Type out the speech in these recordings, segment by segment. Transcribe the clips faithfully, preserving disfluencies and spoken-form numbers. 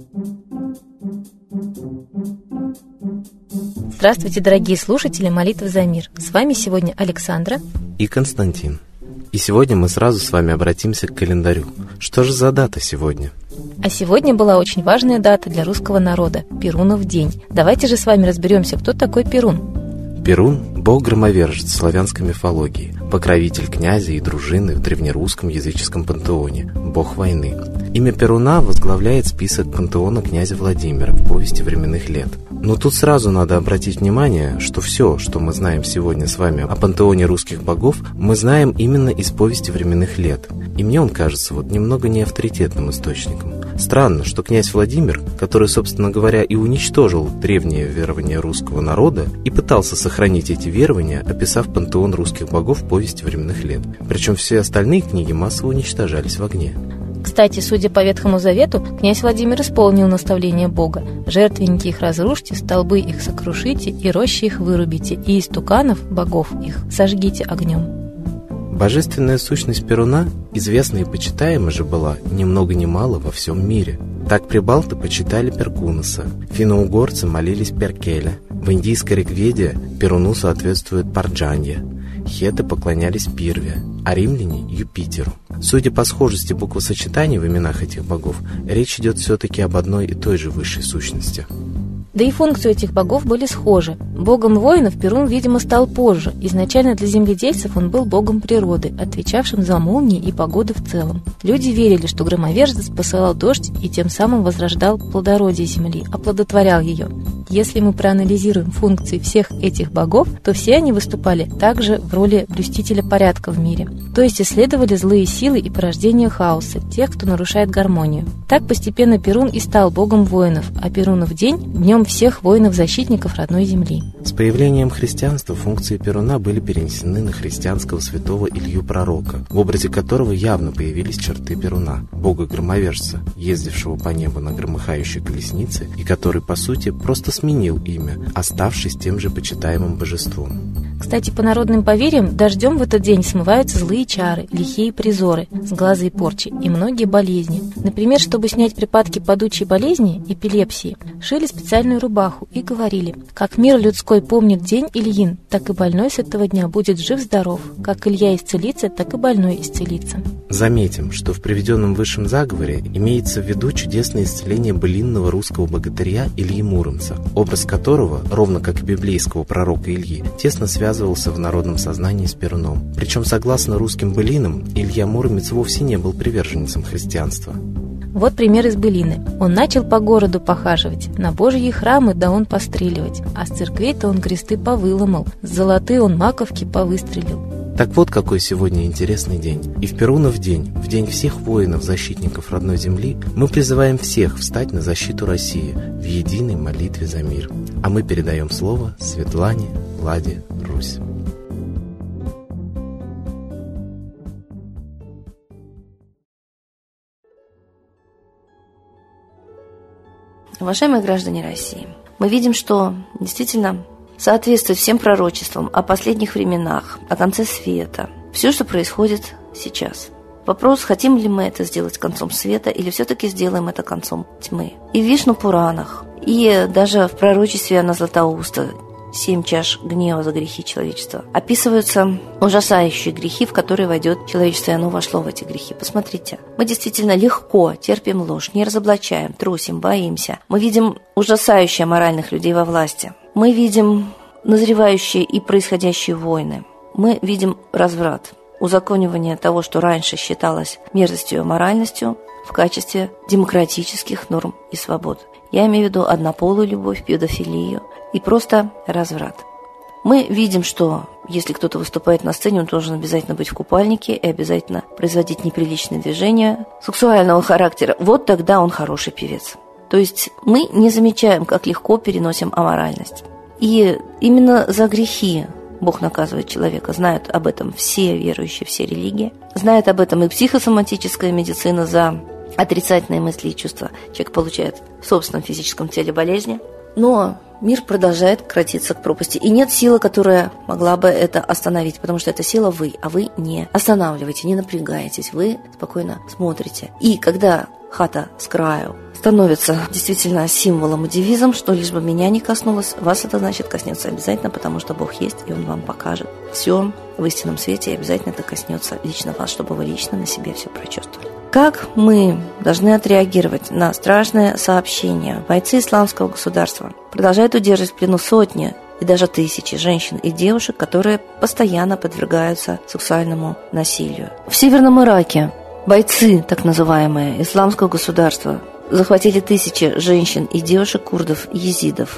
Здравствуйте, дорогие слушатели «Молитвы за мир». С вами сегодня Александра и Константин. И сегодня мы сразу с вами обратимся к календарю. Что же за дата сегодня? А сегодня была очень важная дата для русского народа – Перунов день. Давайте же с вами разберемся, кто такой Перун. Перун – бог-громовержец славянской мифологии, покровитель князя и дружины в древнерусском языческом пантеоне, бог войны. Имя Перуна возглавляет список пантеона князя Владимира в повести временных лет. Но тут сразу надо обратить внимание, что все, что мы знаем сегодня с вами о пантеоне русских богов, мы знаем именно из повести временных лет. И мне он кажется вот немного неавторитетным источником. Странно, что князь Владимир, который, собственно говоря, и уничтожил древние верования русского народа, и пытался сохранить эти верования, описав пантеон русских богов в повести временных лет. Причем все остальные книги массово уничтожались в огне. Кстати, судя по Ветхому Завету, князь Владимир исполнил наставление Бога. «Жертвенники их разрушьте, столбы их сокрушите, и рощи их вырубите, и истуканов, богов их, сожгите огнем». Божественная сущность Перуна, известна и почитаема же была ни много ни мало во всем мире. Так прибалты почитали Перкуноса, финно-угорцы молились Перкеля, в индийской Ригведе Перуну соответствует Парджанья, хеты поклонялись Пирве, а римляне – Юпитеру. Судя по схожести буквосочетаний в именах этих богов, речь идет все-таки об одной и той же высшей сущности. Да и функции этих богов были схожи. Богом воинов Перун, видимо, стал позже. Изначально для земледельцев он был богом природы, отвечавшим за молнии и погоду в целом. Люди верили, что громовержец посылал дождь и тем самым возрождал плодородие земли, оплодотворял ее. Если мы проанализируем функции всех этих богов, то все они выступали также в роли блюстителя порядка в мире, то есть исследовали злые силы и порождение хаоса, тех, кто нарушает гармонию. Так постепенно Перун и стал богом воинов, а Перунов день – днем всех воинов-защитников родной земли. С появлением христианства функции Перуна были перенесены на христианского святого Илью Пророка, в образе которого явно появились черты Перуна, бога-громовержца, ездившего по небу на громыхающей колеснице и который, по сути, просто сменил имя, оставшись тем же почитаемым божеством. Кстати, по народным поверьям, дождем в этот день смываются злые чары, лихие призоры, сглазы и порчи и многие болезни. Например, чтобы снять припадки падучей болезни, эпилепсии, шили специальную рубаху и говорили: «Как мир людской помнит день Ильин, так и больной с этого дня будет жив-здоров. Как Илья исцелится, так и больной исцелится». Заметим, что в приведенном высшем заговоре имеется в виду чудесное исцеление былинного русского богатыря Ильи Муромца, образ которого, ровно как и библейского пророка Ильи, тесно связывался в народном сознании с Перуном. Причем, согласно русским былинам, Илья Муромец вовсе не был приверженцем христианства. Вот пример из былины. Он начал по городу похаживать, на божьи храмы да он постреливать, а с церквей-то он кресты повыломал, с золоты он маковки повыстрелил. Так вот, какой сегодня интересный день. И в Перунов день, в день всех воинов-защитников родной земли, мы призываем всех встать на защиту России в единой молитве за мир. А мы передаем слово Светлане Ладе Русь. Уважаемые граждане России, мы видим, что действительно соответствует всем пророчествам о последних временах, о конце света, все, что происходит сейчас. Вопрос, хотим ли мы это сделать концом света или все-таки сделаем это концом тьмы. И в Вишну-Пуранах, и даже в пророчестве Иоанна Златоуста «Семь чаш гнева за грехи человечества» описываются ужасающие грехи, в которые войдет человечество, и оно вошло в эти грехи. Посмотрите, мы действительно легко терпим ложь, не разоблачаем, трусим, боимся. Мы видим ужасающее моральных людей во власти. Мы видим назревающие и происходящие войны. Мы видим разврат, узаконивание того, что раньше считалось мерзостью и моральностью, в качестве демократических норм и свобод. Я имею в виду однополую любовь, педофилию и просто разврат. Мы видим, что если кто-то выступает на сцене, он должен обязательно быть в купальнике и обязательно производить неприличные движения сексуального характера. Вот тогда он хороший певец. То есть мы не замечаем, как легко переносим аморальность. И именно за грехи Бог наказывает человека. Знают об этом все верующие, все религии. Знает об этом и психосоматическая медицина. За отрицательные мысли и чувства человек получает в собственном физическом теле болезни. Но мир продолжает катиться к пропасти. И нет силы, которая могла бы это остановить, потому что эта сила вы, а вы не останавливаете, не напрягаетесь, вы спокойно смотрите. И когда хата с краю становится действительно символом и девизом, что лишь бы меня не коснулось, вас это значит коснется обязательно, потому что Бог есть, и Он вам покажет все в истинном свете, и обязательно это коснется лично вас, чтобы вы лично на себе все прочувствовали. Как мы должны отреагировать на страшное сообщение? Бойцы исламского государства продолжают удерживать в плену сотни и даже тысячи женщин и девушек, которые постоянно подвергаются сексуальному насилию. В Северном Ираке бойцы, так называемые, исламского государства, захватили тысячи женщин и девушек-курдов, езидов.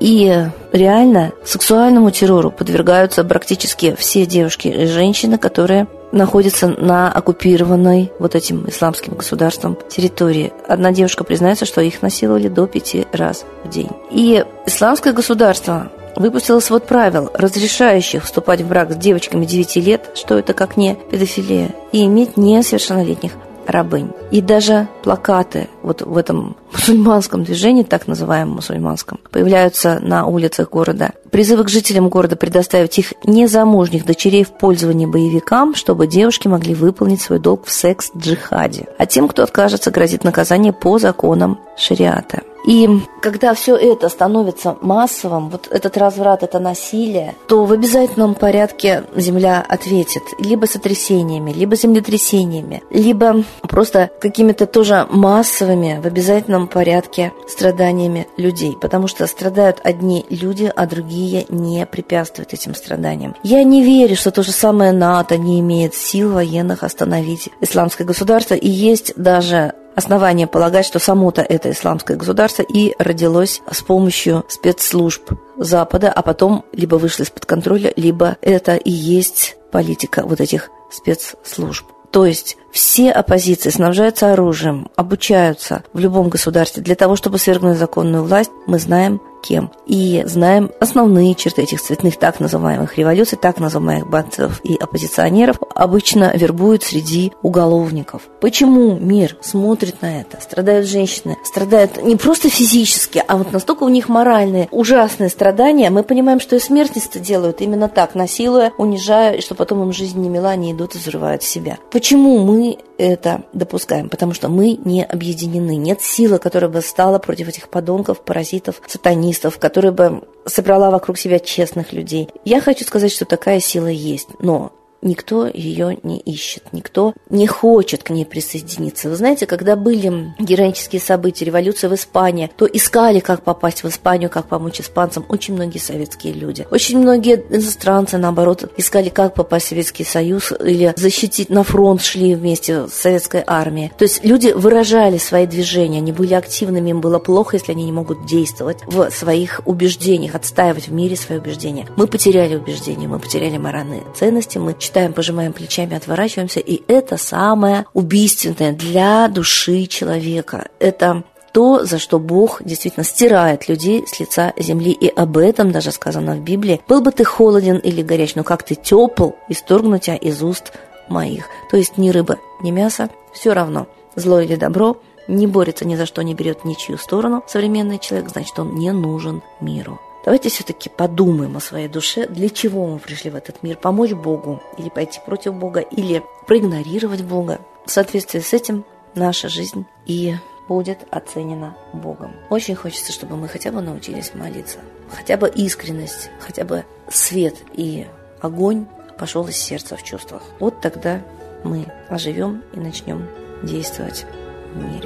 И реально сексуальному террору подвергаются практически все девушки и женщины, которые находятся на оккупированной вот этим исламским государством территории. Одна девушка признается, что их насиловали до пяти раз в день. И исламское государство выпустило свод правил, разрешающих вступать в брак с девочками девяти лет, что это как не педофилия, и иметь несовершеннолетних рабынь. И даже плакаты вот в этом мусульманском движении, так называемом мусульманском, появляются на улицах города. Призывы к жителям города предоставить их незамужних дочерей в пользование боевикам, чтобы девушки могли выполнить свой долг в секс-джихаде. А тем, кто откажется, грозит наказание по законам шариата. И когда все это становится массовым, вот этот разврат, это насилие, то в обязательном порядке земля ответит либо сотрясениями, либо землетрясениями, либо просто какими-то тоже массовыми в обязательном порядке страданиями людей, потому что страдают одни люди, а другие не препятствуют этим страданиям. Я не верю, что то же самое НАТО не имеет сил военных остановить исламское государство, и есть даже основание полагать, что само-то это исламское государство и родилось с помощью спецслужб Запада, а потом либо вышло из-под контроля, либо это и есть политика вот этих спецслужб. То есть все оппозиции снабжаются оружием, обучаются в любом государстве для того, чтобы свергнуть законную власть. Мы знаем, кем. И знаем основные черты этих цветных так называемых революций, так называемых бойцов и оппозиционеров обычно вербуют среди уголовников. Почему мир смотрит на это? Страдают женщины, страдают не просто физически, а вот настолько у них моральные, ужасные страдания. Мы понимаем, что и смертницы делают именно так, насилуя, унижая, и что потом им жизнь не мила, они идут и взрывают себя. Почему мы это допускаем? Потому что мы не объединены. Нет силы, которая бы стала против этих подонков, паразитов, сатанистов, которая бы собрала вокруг себя честных людей. Я хочу сказать, что такая сила есть, но никто ее не ищет, никто не хочет к ней присоединиться. Вы знаете, когда были героические события, революция в Испании, то искали, как попасть в Испанию, как помочь испанцам очень многие советские люди. Очень многие иностранцы, наоборот, искали, как попасть в Советский Союз или защитить, на фронт шли вместе с советской армией. То есть люди выражали свои движения, они были активными, им было плохо, если они не могут действовать в своих убеждениях, отстаивать в мире свои убеждения. Мы потеряли убеждения, мы потеряли моральные ценности, мы читаем, пожимаем плечами, отворачиваемся, и это самое убийственное для души человека. Это то, за что Бог действительно стирает людей с лица земли, и об этом даже сказано в Библии. «Был бы ты холоден или горяч, но как ты тепл, исторгну тебя из уст моих». То есть ни рыба, ни мясо, все равно, зло или добро, не борется ни за что, не берет ничью сторону современный человек, значит, он не нужен миру. Давайте все-таки подумаем о своей душе, для чего мы пришли в этот мир, помочь Богу или пойти против Бога, или проигнорировать Бога. В соответствии с этим наша жизнь и будет оценена Богом. Очень хочется, чтобы мы хотя бы научились молиться, хотя бы искренность, хотя бы свет и огонь пошел из сердца в чувствах. Вот тогда мы оживем и начнем действовать в мире.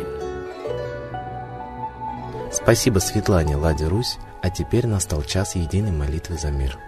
Спасибо Светлане Ладе Русь. А теперь настал час единой молитвы за мир.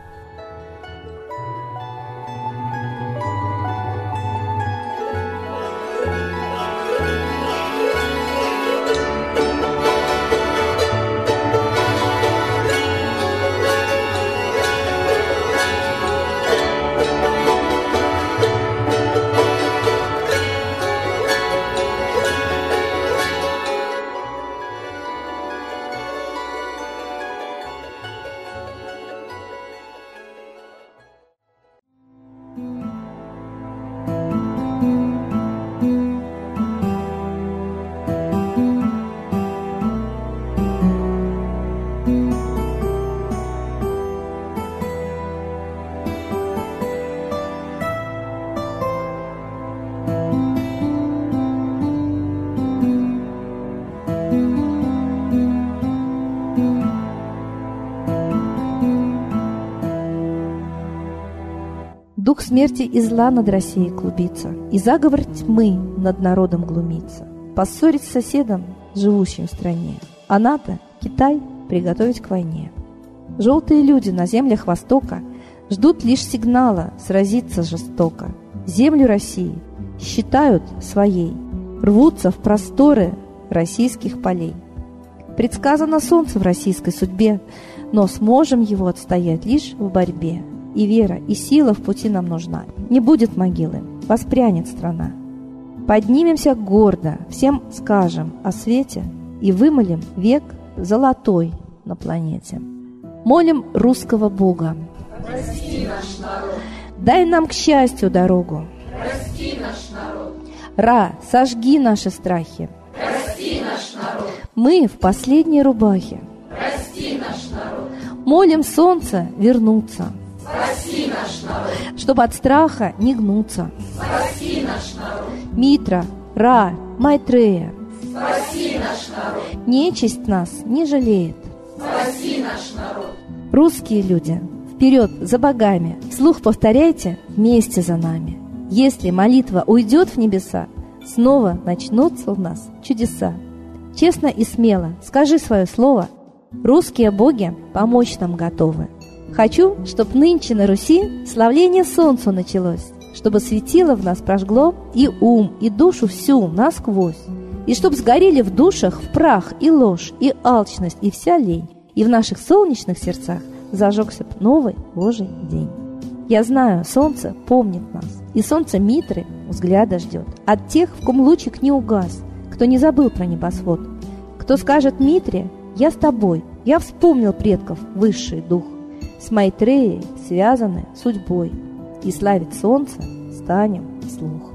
Дух смерти и зла над Россией клубится, и заговор тьмы над народом глумится. Поссорить с соседом, живущим в стране, а НАТО, Китай приготовить к войне. Желтые люди на землях Востока ждут лишь сигнала сразиться жестоко. Землю России считают своей, рвутся в просторы российских полей. Предсказано солнце в российской судьбе, но сможем его отстоять лишь в борьбе. И вера, и сила в пути нам нужна. Не будет могилы, воспрянет страна. Поднимемся гордо, всем скажем о свете и вымолим век золотой на планете. Молим русского Бога. Прости наш народ. Дай нам к счастью дорогу. Прости наш народ. Ра, сожги наши страхи. Прости наш народ. Мы в последней рубахе. Прости наш народ. Молим солнце вернуться. Спаси наш народ. Чтоб от страха не гнуться. Спаси наш народ. Митра, Ра, Майтрея. Спаси наш народ. Нечисть нас не жалеет. Спаси наш народ. Русские люди, вперед за богами. Вслух повторяйте вместе за нами. Если молитва уйдет в небеса, снова начнутся у нас чудеса. Честно и смело скажи свое слово. Русские боги помочь нам готовы. Хочу, чтоб нынче на Руси славление солнцу началось, чтобы светило в нас прожгло и ум, и душу всю насквозь, и чтоб сгорели в душах в прах и ложь, и алчность, и вся лень, и в наших солнечных сердцах зажегся б новый Божий день. Я знаю, солнце помнит нас, и солнце Митры взгляда ждет от тех, в ком лучик не угас, кто не забыл про небосвод, кто скажет Митре: «Я с тобой, я вспомнил предков высший дух». С Майтреей связаны судьбой, и славить солнце станем вслух.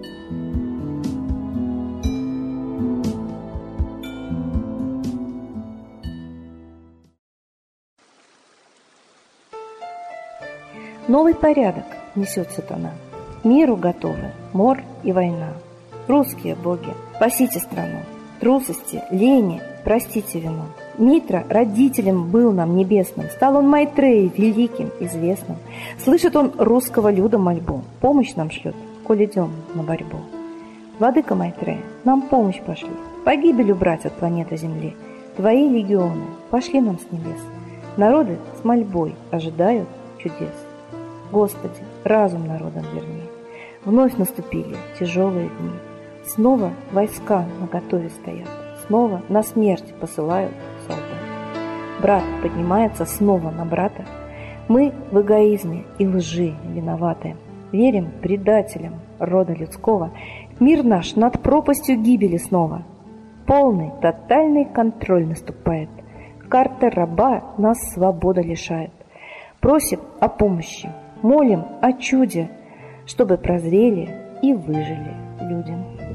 Новый порядок несет сатана. Миру готовы мор и война. Русские боги, спасите страну. Трусости, лени, простите вину. Митра родителем был нам небесным, стал он Майтреей великим, известным. Слышит он русского люда мольбу, помощь нам шлет, коль идем на борьбу. Владыка Майтрея, нам помощь пошли, погибель убрать от планеты Земли. Твои легионы пошли нам с небес, народы с мольбой ожидают чудес. Господи, разум народам верни, вновь наступили тяжелые дни. Снова войска наготове стоят, снова на смерть посылают солдат. Брат поднимается снова на брата. Мы в эгоизме и лжи виноваты. Верим предателям рода людского. Мир наш над пропастью гибели снова. Полный, тотальный контроль наступает. Карта раба нас свобода лишает. Просим о помощи, молим о чуде, чтобы прозрели и выжили люди.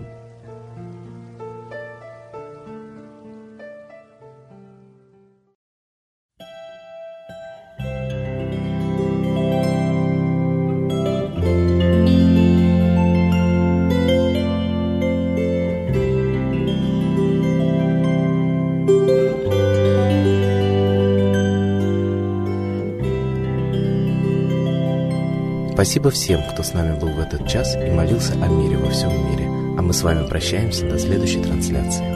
Спасибо всем, кто с нами был в этот час и молился о мире во всем мире. А мы с вами прощаемся до следующей трансляции.